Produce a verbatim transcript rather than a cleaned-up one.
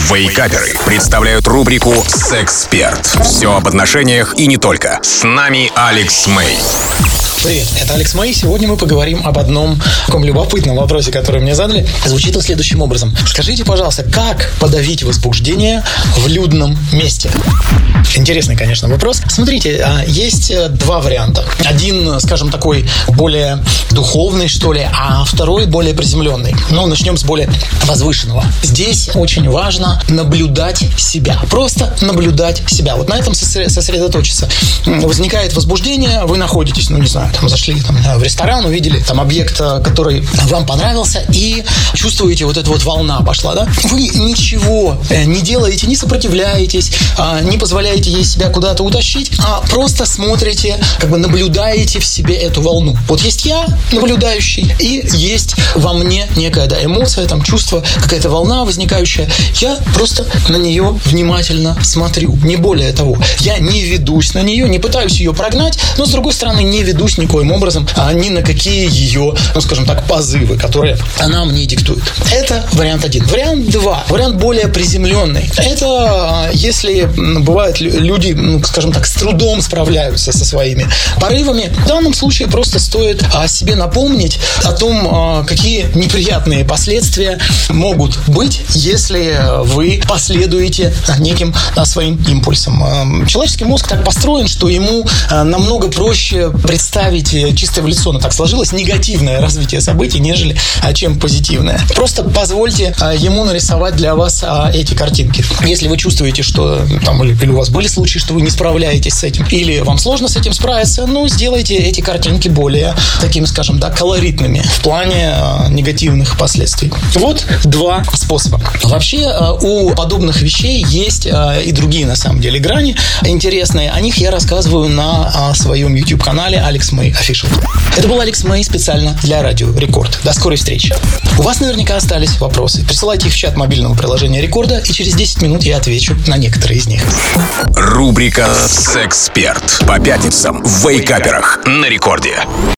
Вейкаперы представляют рубрику «Сексперт». Все об отношениях и не только. С нами Алекс Мэй. Привет, это Алекс Мэй. Сегодня мы поговорим об одном таком любопытном вопросе, который мне задали. Звучит он следующим образом. Скажите, пожалуйста, как подавить возбуждение в людном месте? Интересный, конечно, вопрос. Смотрите, есть два варианта. Один, скажем, такой более духовный, что ли, а второй более приземленный. Ну, начнем с более возвышенного. Здесь очень важно наблюдать себя. Просто наблюдать себя. Вот на этом сосредоточиться. Возникает возбуждение, вы находитесь, ну, не знаю, там зашли там, в ресторан, увидели там объект, который вам понравился, и чувствуете, вот эта вот волна пошла, да? Вы ничего не делаете, не сопротивляетесь, не позволяете ей себя куда-то утащить, а просто смотрите, как бы наблюдаете в себе эту волну. Вот есть я, наблюдающий, и есть во мне некая, да, эмоция, там, чувство, какая-то волна возникающая. Я просто на нее внимательно смотрю, не более того. Я не ведусь на нее, не пытаюсь ее прогнать, но, с другой стороны, не ведусь никоим образом а ни на какие ее, ну, скажем так, позывы, которые она мне диктует. Это вариант один. Вариант два. Вариант более приземленный. Это если бывают люди, ну, скажем так, с трудом справляются со своими порывами. В данном случае просто стоит о себе напомнить о том, какие неприятные последствия могут быть, если вы последуете неким своим импульсам. Человеческий мозг так построен, что ему намного проще представить, чисто эволюционно так сложилось, негативное развитие событий, нежели чем позитивное. Просто позвольте ему нарисовать для вас эти картинки. Если вы чувствуете, что там, или, или у вас были случаи, что вы не справляетесь с этим, или вам сложно с этим справиться, ну, сделайте эти картинки более такими, скажем, да, колоритными в плане э, негативных последствий. Вот два способа. Вообще э, у подобных вещей есть э, и другие, на самом деле, грани интересные. О них я рассказываю на э, своем YouTube-канале Алекс Мэй Official. Это был Алекс Мэй специально для Радио Рекорд. До скорой встречи. У вас наверняка остались вопросы. Присылайте их в чат мобильного приложения Рекорда, и через десять минут я отвечу на некоторые из них. Рубрика «Сексперт» по пятницам в Вейкаперах на Рекорде.